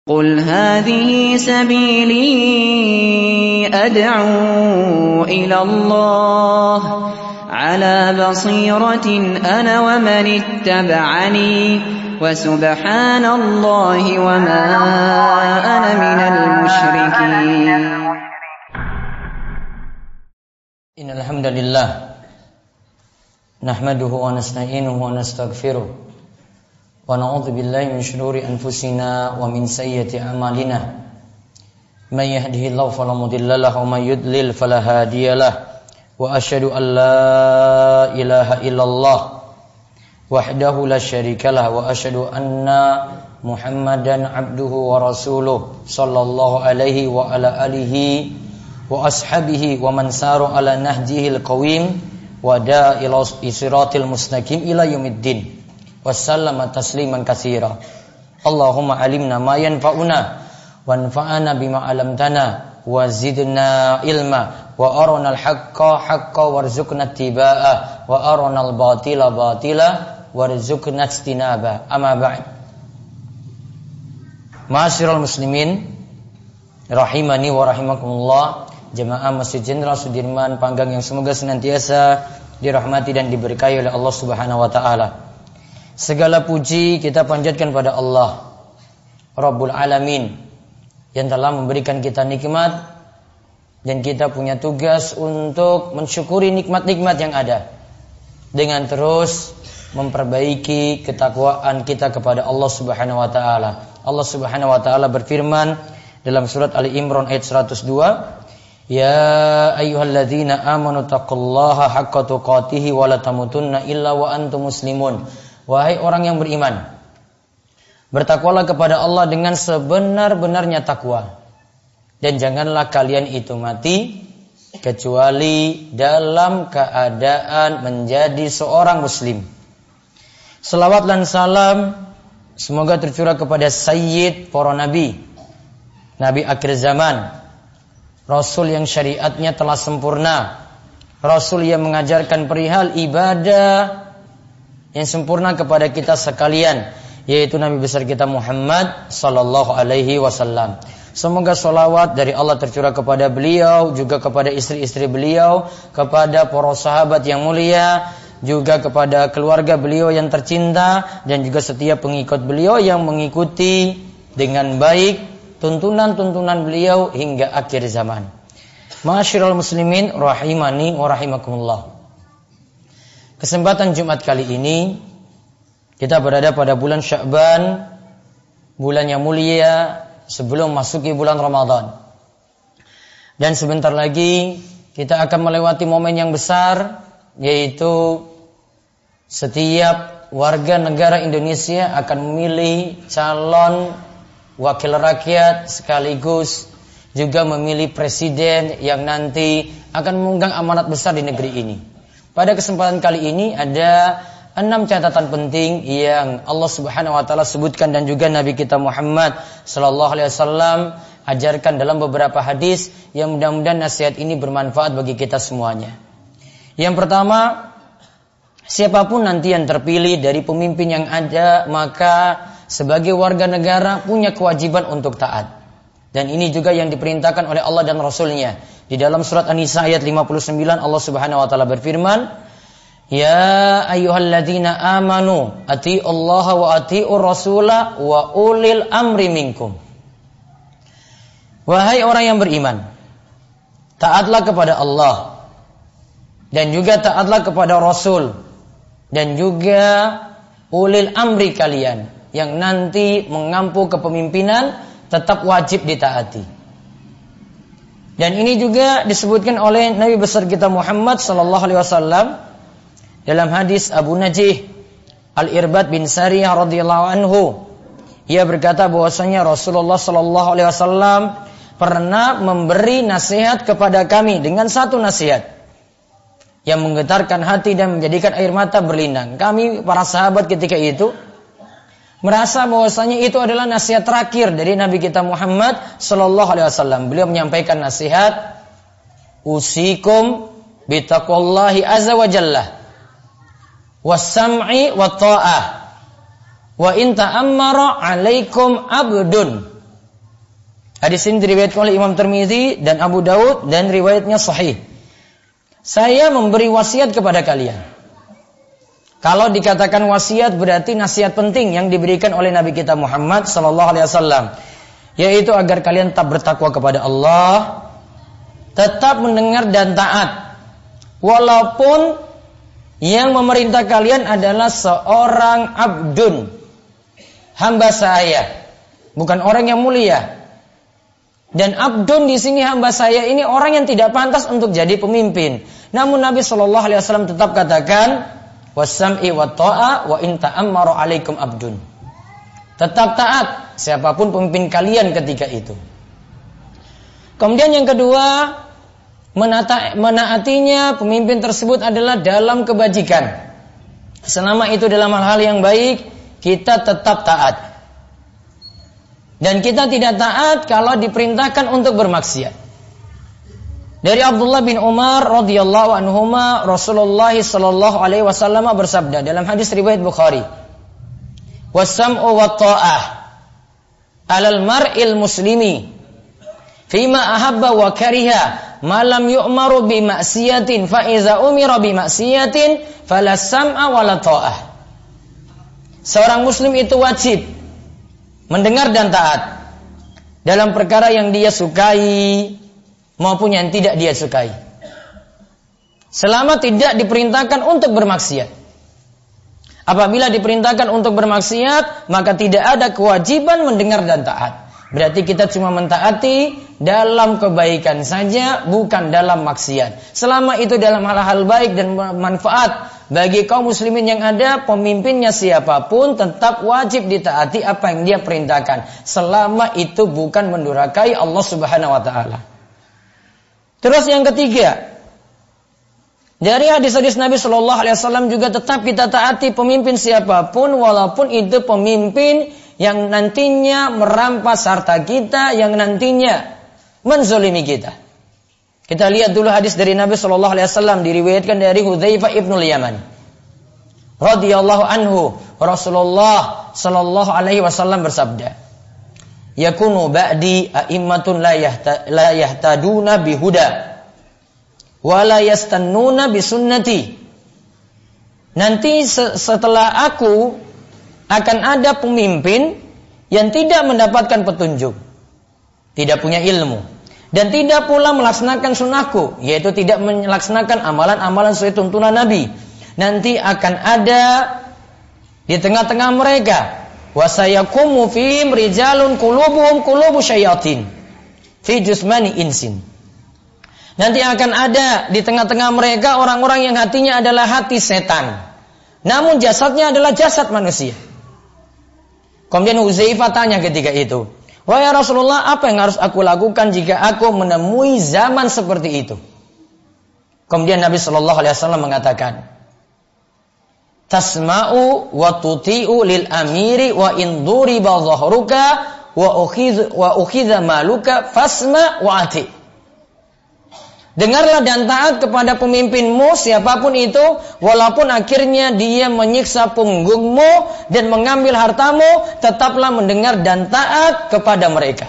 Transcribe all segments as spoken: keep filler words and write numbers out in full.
قل هذه سبيلي أدعو إلى الله على بصيرة أنا ومن اتبعني وسبحان الله وما أنا من المشركين. إن الحمد لله نحمده ونستعينه ونستغفره ونعوذ بالله من شرور أنفسنا ومن سيئات أعمالنا من يهده الله فلا مضل له ومن يضلل فلا هادي له وأشهد أن لا إله إلا الله وحده لا شريك له وأشهد أن محمدا عبده ورسوله صلى الله عليه وعلى آله وأصحابه ومن سار على نهجه القويم ودعا إلى صراط المستقيم إلى يوم الدين wassalamu tasliman katsira. Allahumma alimna ma yanfa'una wanfa'na bima 'allamtana wa zidna ilma wa arina al-haqqa haqqan warzuqna ittiba'ah wa arina al-batila batila warzuqna ijtinaba. Amma ba'd. Ma'asyiral muslimin rahimani wa rahimakumullah, jemaah Masjid Jenderal Sudirman Panggang yang semoga senantiasa dirahmati dan diberkahi oleh Allah Subhanahu wa taala. Segala puji kita panjatkan pada Allah Rabbul Alamin yang telah memberikan kita nikmat, dan kita punya tugas untuk mensyukuri nikmat-nikmat yang ada dengan terus memperbaiki ketakwaan kita kepada Allah Subhanahu wa taala. Allah Subhanahu wa taala berfirman dalam surat Ali Imran ayat seratus dua, Ya ayyuhalladzina amanu taqullaha haqqa tuqatih wa la tamutunna illa wa antum muslimun. Wahai orang yang beriman, bertakwalah kepada Allah dengan sebenar-benarnya takwa, dan janganlah kalian itu mati kecuali dalam keadaan menjadi seorang muslim. Selawat dan salam semoga tercurah kepada Sayyid para nabi, Nabi akhir zaman, Rasul yang syariatnya telah sempurna, Rasul yang mengajarkan perihal ibadah yang sempurna kepada kita sekalian, yaitu Nabi besar kita Muhammad sallallahu alaihi wasallam. Semoga salawat dari Allah tercurah kepada beliau, juga kepada istri-istri beliau, kepada para sahabat yang mulia, juga kepada keluarga beliau yang tercinta, dan juga setiap pengikut beliau yang mengikuti dengan baik tuntunan-tuntunan beliau hingga akhir zaman. Ma'asyiral muslimin rahimani wa rahimakumullah. Kesempatan Jumat kali ini kita berada pada bulan Sya'ban, bulan yang mulia sebelum masuki bulan Ramadan. Dan sebentar lagi kita akan melewati momen yang besar, yaitu setiap warga negara Indonesia akan memilih calon wakil rakyat sekaligus juga memilih presiden yang nanti akan memegang amanat besar di negeri ini. Pada kesempatan kali ini ada enam catatan penting yang Allah Subhanahu wa taala sebutkan dan juga Nabi kita Muhammad sallallahu alaihi wasallam ajarkan dalam beberapa hadis, yang mudah-mudahan nasihat ini bermanfaat bagi kita semuanya. Yang pertama, siapapun nanti yang terpilih dari pemimpin yang ada, maka sebagai warga negara punya kewajiban untuk taat. Dan ini juga yang diperintahkan oleh Allah dan Rasulnya. Di dalam surat An-Nisa ayat lima puluh sembilan Allah Subhanahu wa taala berfirman, Ya ayyuhalladzina amanu atiiullaha wa atiiur rasula wa ulil amri minkum. Wahai orang yang beriman, taatlah kepada Allah dan juga taatlah kepada Rasul dan juga ulil amri kalian yang nanti mengampu kepemimpinan tetap wajib ditaati. Dan ini juga disebutkan oleh Nabi besar kita Muhammad sallallahu alaihi wasallam dalam hadis Abu Najih Al-Irbad bin Sariyah radhiyallahu anhu. Ia berkata bahwasanya Rasulullah sallallahu alaihi wasallam pernah memberi nasihat kepada kami dengan satu nasihat yang menggetarkan hati dan menjadikan air mata berlinang. Kami para sahabat ketika itu merasa bahwasanya itu adalah nasihat terakhir dari Nabi kita Muhammad sallallahu alaihi wasallam. Beliau menyampaikan nasihat, usikum bitaqwallahi azza wa jalla was-sam'i wat-tha'ah wa in ta'ammara 'alaikum 'abdun Hadis ini diriwayatkan oleh Imam Tirmidzi dan Abu Daud dan riwayatnya sahih. Saya memberi wasiat kepada kalian. Kalau dikatakan wasiat berarti nasihat penting yang diberikan oleh Nabi kita Muhammad sallallahu alaihi wasallam, yaitu agar kalian tetap bertakwa kepada Allah, tetap mendengar dan taat. Walaupun yang memerintah kalian adalah seorang abdun, hamba saya, bukan orang yang mulia. Dan abdun di sini hamba saya ini orang yang tidak pantas untuk jadi pemimpin. Namun Nabi Shallallahu Alaihi Wasallam tetap katakan wasam'i wa ta'a wa in ta'ammaru alaikum abdun. Tetap taat siapapun pemimpin kalian ketika itu. Kemudian yang kedua, menata, menaatinya pemimpin tersebut adalah dalam kebajikan. Selama itu dalam hal-hal yang baik, kita tetap taat. Dan kita tidak taat kalau diperintahkan untuk bermaksiat. Dari Abdullah bin Umar radhiyallahu anhuma, Rasulullah sallallahu alaihi wasallam bersabda dalam hadis riwayat Bukhari, "Wasam'u wa ta'ah 'alal mar'il muslimi fima ahabba wa kariha ma lam yu'maru bi ma'siyatin fa iza umira bi ma'siyatin fala sam'a wa la ta'ah." Seorang muslim itu wajib mendengar dan taat dalam perkara yang dia sukai maupun yang tidak dia sukai, selama tidak diperintahkan untuk bermaksiat. Apabila diperintahkan untuk bermaksiat, maka tidak ada kewajiban mendengar dan taat. Berarti kita cuma mentaati dalam kebaikan saja, bukan dalam maksiat. Selama itu dalam hal-hal baik dan manfaat bagi kaum muslimin yang ada, pemimpinnya siapapun tetap wajib ditaati apa yang dia perintahkan. Selama itu bukan mendurhakai Allah Subhanahu wa taala. Terus yang ketiga, dari hadis-hadis Nabi Shallallahu Alaihi Wasallam juga tetap kita taati pemimpin siapapun, walaupun itu pemimpin yang nantinya merampas harta kita, yang nantinya menzolimi kita. Kita lihat dulu hadis dari Nabi Shallallahu Alaihi Wasallam diriwayatkan dari Hudzaifah ibnul Yaman radhiyallahu anhu, Rasulullah Shallallahu Alaihi Wasallam bersabda, "Yakunu ba'di a'immatun la yahta, la yahtaduna bihuda wa la yastannuna bisunnati." Nanti setelah aku akan ada pemimpin yang tidak mendapatkan petunjuk, tidak punya ilmu, dan tidak pula melaksanakan sunnahku, yaitu tidak melaksanakan amalan-amalan sesuai tuntunan Nabi. Nanti akan ada di tengah-tengah mereka, wasayakumu fihim rijalun qulubuhum qulubu syayatin fi jusmani insin. Nanti akan ada di tengah-tengah mereka orang-orang yang hatinya adalah hati setan, namun jasadnya adalah jasad manusia. Kemudian Hudzaifah tanya ketika itu, "Wahai Rasulullah, apa yang harus aku lakukan jika aku menemui zaman seperti itu?" Kemudian Nabi Shallallahu Alaihi Wasallam mengatakan, "Tasma'u wa tuti'u lil amiri wa in duriba dhahruka wa ukhidh wa ukhidha maluka fasma wa ati." Dengarlah dan taat kepada pemimpinmu siapapun itu, walaupun akhirnya dia menyiksa punggungmu dan mengambil hartamu, tetaplah mendengar dan taat kepada mereka.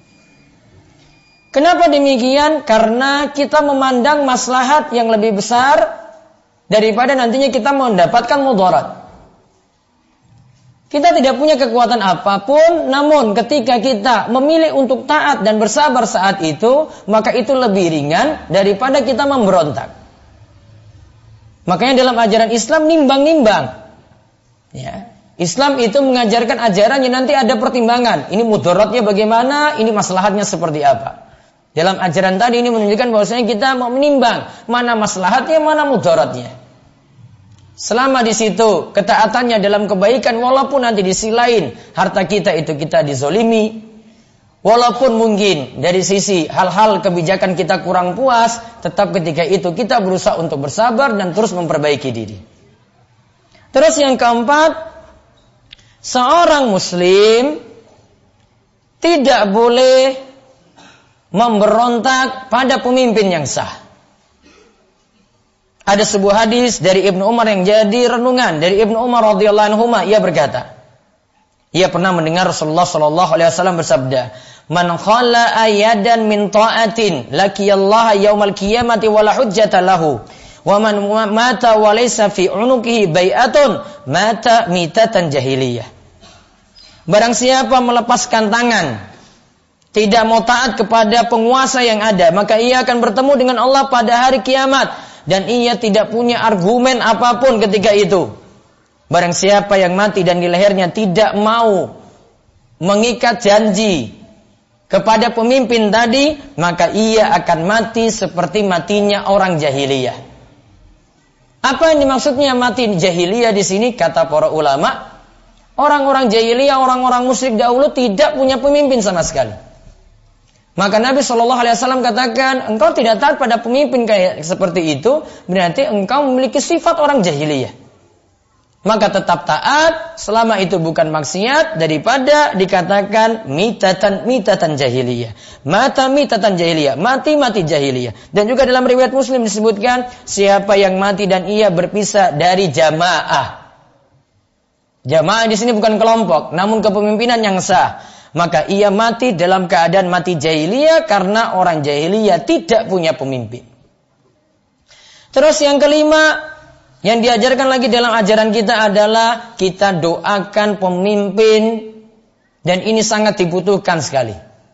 Kenapa demikian? Karena kita memandang maslahat yang lebih besar daripada nantinya kita mendapatkan mudarat. Kita tidak punya kekuatan apapun, namun ketika kita memilih untuk taat dan bersabar saat itu, maka itu lebih ringan daripada kita memberontak. Makanya dalam ajaran Islam nimbang-nimbang. Ya. Islam itu mengajarkan ajaran yang nanti ada pertimbangan. Ini mudaratnya bagaimana, ini maslahatnya seperti apa. Dalam ajaran tadi ini menunjukkan bahwasanya kita mau menimbang mana maslahatnya, mana mudaratnya. Selama di situ ketaatannya dalam kebaikan, walaupun nanti di sisi lain harta kita itu kita dizolimi, walaupun mungkin dari sisi hal-hal kebijakan kita kurang puas, tetap ketika itu kita berusaha untuk bersabar dan terus memperbaiki diri. Terus yang keempat, seorang muslim tidak boleh memberontak pada pemimpin yang sah. Ada sebuah hadis dari Ibnu Umar yang jadi renungan dari Ibnu Umar radhiyallahu anhu, ia berkata, ia pernah mendengar Rasulullah sallallahu alaihi wasallam bersabda, Man khala ayadan min ta'atin laqiyallaha yaumal qiyamati wala hujjata lahu. Wa man mata wa laysa fi unuqihi bai'atun mata mitatan jahiliyah. Barang siapa melepaskan tangan, tidak mau taat kepada penguasa yang ada, maka ia akan bertemu dengan Allah pada hari kiamat dan ia tidak punya argumen apapun ketika itu. Barang siapa yang mati dan di lehernya tidak mau mengikat janji kepada pemimpin tadi, maka ia akan mati seperti matinya orang jahiliyah. Apa yang dimaksudnya mati jahiliyah di sini? Kata para ulama, orang-orang jahiliyah, orang-orang musyrik dahulu tidak punya pemimpin sama sekali. Maka Nabi shallallahu alaihi wasallam katakan, engkau tidak taat pada pemimpin kayak seperti itu, berarti engkau memiliki sifat orang jahiliyah. Maka tetap taat selama itu bukan maksiat daripada dikatakan mitatan mitatan jahiliyah. Mata mitatan jahiliyah, mati mati jahiliyah. Dan juga dalam riwayat Muslim disebutkan, siapa yang mati dan ia berpisah dari jamaah. Jamaah di sini bukan kelompok, namun kepemimpinan yang sah. Maka ia mati dalam keadaan mati jahiliyah karena orang jahiliyah tidak punya pemimpin. Terus yang kelima, yang diajarkan lagi dalam ajaran kita adalah kita doakan pemimpin, dan ini sangat dibutuhkan sekali.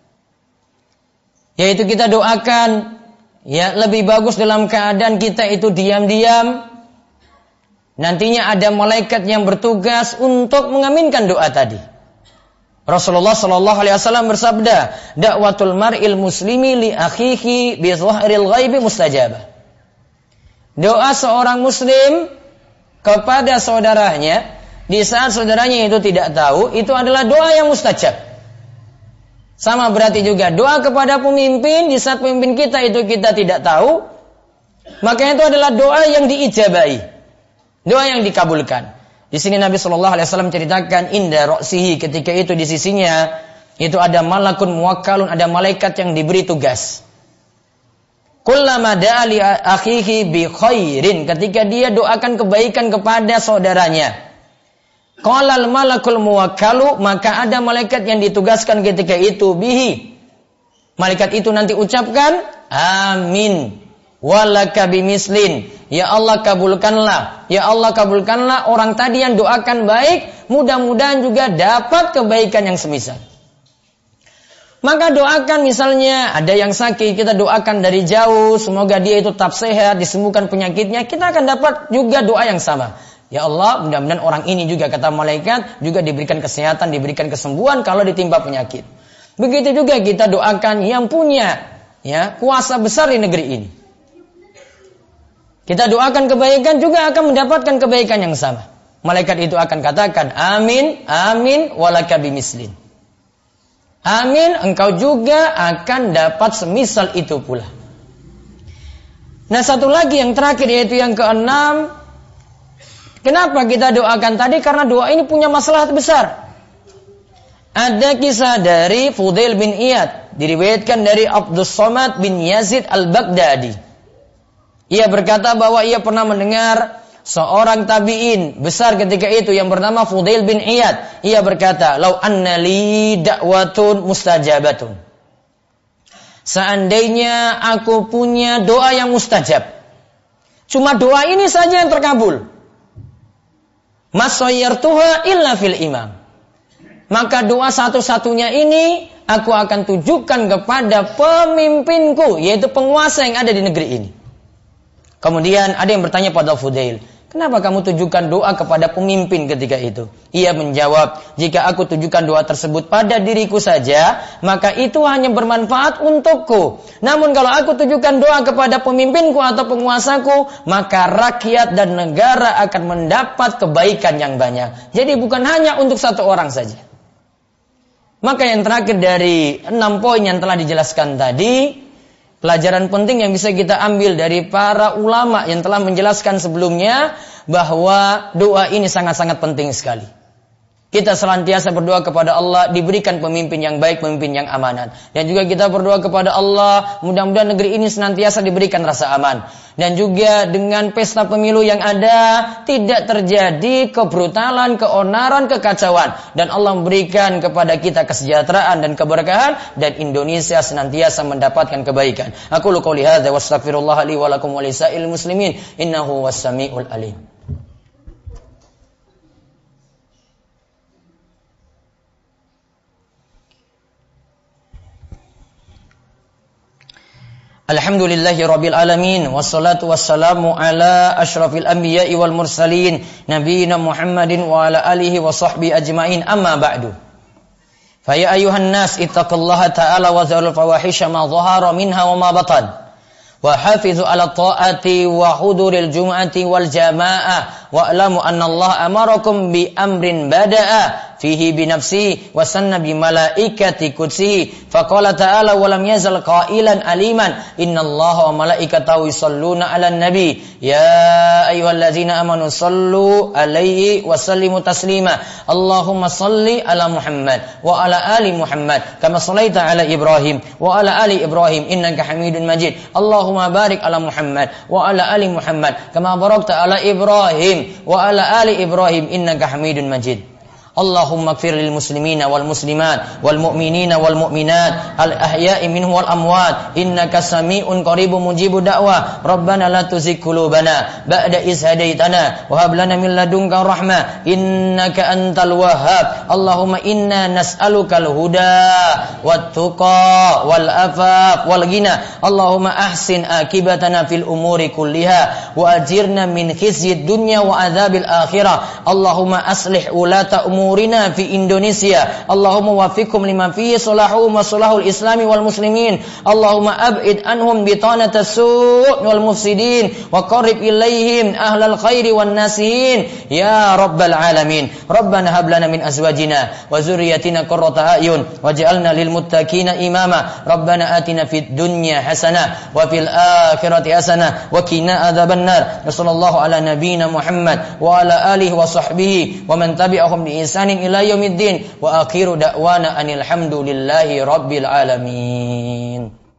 Yaitu kita doakan, ya lebih bagus dalam keadaan kita itu diam-diam. Nantinya ada malaikat yang bertugas untuk mengaminkan doa tadi. Rasulullah Shallallahu Alaihi Wasallam bersabda, dakwatul mar'il muslimi li akhihi bi dhahril ghaibi mustajabah. Doa seorang muslim kepada saudaranya di saat saudaranya itu tidak tahu, itu adalah doa yang mustajab. Sama berarti juga doa kepada pemimpin di saat pemimpin kita itu kita tidak tahu, maka itu adalah doa yang diijabahi, doa yang dikabulkan. Di sini Nabi Shallallahu Alaihi Wasallam ceritakan, inda ra'sihi, ketika itu di sisinya itu ada malakun muwakkalun, ada malaikat yang diberi tugas. Kullama da'a li akhihi bi khairin, ketika dia doakan kebaikan kepada saudaranya. Qala al malakul muwakkalu, maka ada malaikat yang ditugaskan ketika itu bihi. Malaikat itu nanti ucapkan amin walaka bimislin. Ya Allah kabulkanlah, ya Allah kabulkanlah orang tadi yang doakan baik, mudah-mudahan juga dapat kebaikan yang semisal. Maka doakan, misalnya ada yang sakit, kita doakan dari jauh, semoga dia itu tetap sehat, disembuhkan penyakitnya, kita akan dapat juga doa yang sama. Ya Allah, mudah-mudahan orang ini juga, kata malaikat, juga diberikan kesehatan, diberikan kesembuhan kalau ditimpa penyakit. Begitu juga kita doakan yang punya ya kuasa besar di negeri ini. Kita doakan kebaikan juga akan mendapatkan kebaikan yang sama. Malaikat itu akan katakan, amin, amin, walaka bimislin. Amin, engkau juga akan dapat semisal itu pula. Nah, satu lagi yang terakhir, yaitu yang keenam. Kenapa kita doakan tadi? Karena doa ini punya maslahat besar. Ada kisah dari Fudail bin Iyad, diriwayatkan dari Abdus Somad bin Yazid al-Baghdadi. Ia berkata bahwa ia pernah mendengar seorang tabi'in besar ketika itu yang bernama Fudail bin Iyad. Ia berkata, "Lau anna li da'watun mustajabatun." Seandainya aku punya doa yang mustajab. Cuma doa ini saja yang terkabul. Masayyartuha illa fil imam. Maka doa satu-satunya ini aku akan tujukan kepada pemimpinku, yaitu penguasa yang ada di negeri ini. Kemudian ada yang bertanya pada Fudail, kenapa kamu tujukan doa kepada pemimpin ketika itu? Ia menjawab, jika aku tujukan doa tersebut pada diriku saja, maka itu hanya bermanfaat untukku. Namun kalau aku tujukan doa kepada pemimpinku atau penguasaku, maka rakyat dan negara akan mendapat kebaikan yang banyak. Jadi bukan hanya untuk satu orang saja. Maka yang terakhir dari enam poin yang telah dijelaskan tadi, pelajaran penting yang bisa kita ambil dari para ulama yang telah menjelaskan sebelumnya, bahwa doa ini sangat-sangat penting sekali. Kita senantiasa berdoa kepada Allah diberikan pemimpin yang baik, pemimpin yang amanat. Dan juga kita berdoa kepada Allah mudah-mudahan negeri ini senantiasa diberikan rasa aman. Dan juga dengan pesta pemilu yang ada tidak terjadi kebrutalan, keonaran, kekacauan. Dan Allah memberikan kepada kita kesejahteraan dan keberkahan dan Indonesia senantiasa mendapatkan kebaikan. Aku lu qouli hadza wastaghfirullah li wa lakum wa lisa'il muslimin innahu was-sami'ul alim. Alhamdulillahi rabbil alamin wassalatu wassalamu ala asyrafil anbiya'i wal mursalin nabiyina Muhammadin wa ala alihi wa sahbihi ajmain amma ba'du. Fa ya ayuhan nas ittaqullaha ta'ala wa dharul fawahisha ma dhahara minha wa ma batan wa hafizu ala ta'ati wa huduril jum'ati wal jama'ah wa alamu anna Allah amarakum bi amrin bada'a fihi bi nafsihi wa sanna bi malaikati qudsihi faqala ta'ala wa lam yazal qailan aliman innallaha wa malaikatahu yusalluna 'alan nabi ya ayyuhallazina amanu sallu 'alaihi wa sallimu taslima Allahumma salli 'ala Muhammad wa 'ala ali Muhammad kama shallaita 'ala Ibrahim wa 'ala ali Ibrahim innaka Hamidun Majid Allahumma barik 'ala Muhammad wa 'ala ali Muhammad kama barakta 'ala Ibrahim wa 'ala ali Ibrahim innaka Hamidun Majid Allahumma ighfir lil muslimina wal muslimat wal mu'minina wal mu'minat al ahya'i minhum wal amwat innaka sami'un qaribun mujibud da'wah Rabbana la tuzigh qulubana ba'da idh hadaitana wa hab lana min ladunka rahmah innaka antal wahhab Allahumma inna nas'alukal huda wat tuqa wal afaf wal ghina Allahumma ahsin akibatana fil umuri kulliha wa ajirna min khizyid dunya wa adzabil akhirah Allahumma aslih ulata umurina fi Indonesia Allahumma wafiqhum lima fihi salahum wa salahul islami wal muslimin Allahumma ab'id anhum bitanatas su' wal mufsidin wa qarrib ilaihim ahlal khairi wan nasihin ya rabbal alamin Rabbana hab lana min azwajina wa zurriyyatina qurrata a'yun waj'alna lil muttaqina imama Rabbana atina fid dunya hasanah wa fil akhirati hasanah wa qina adzabannar sallallahu ala nabiyyina Muhammad wa ala alihi wa sahbihi wa man tabi'ahum bi ihsanin ila yaumiddin wa akhiru da'wana anil hamdulillahi rabbil alamin.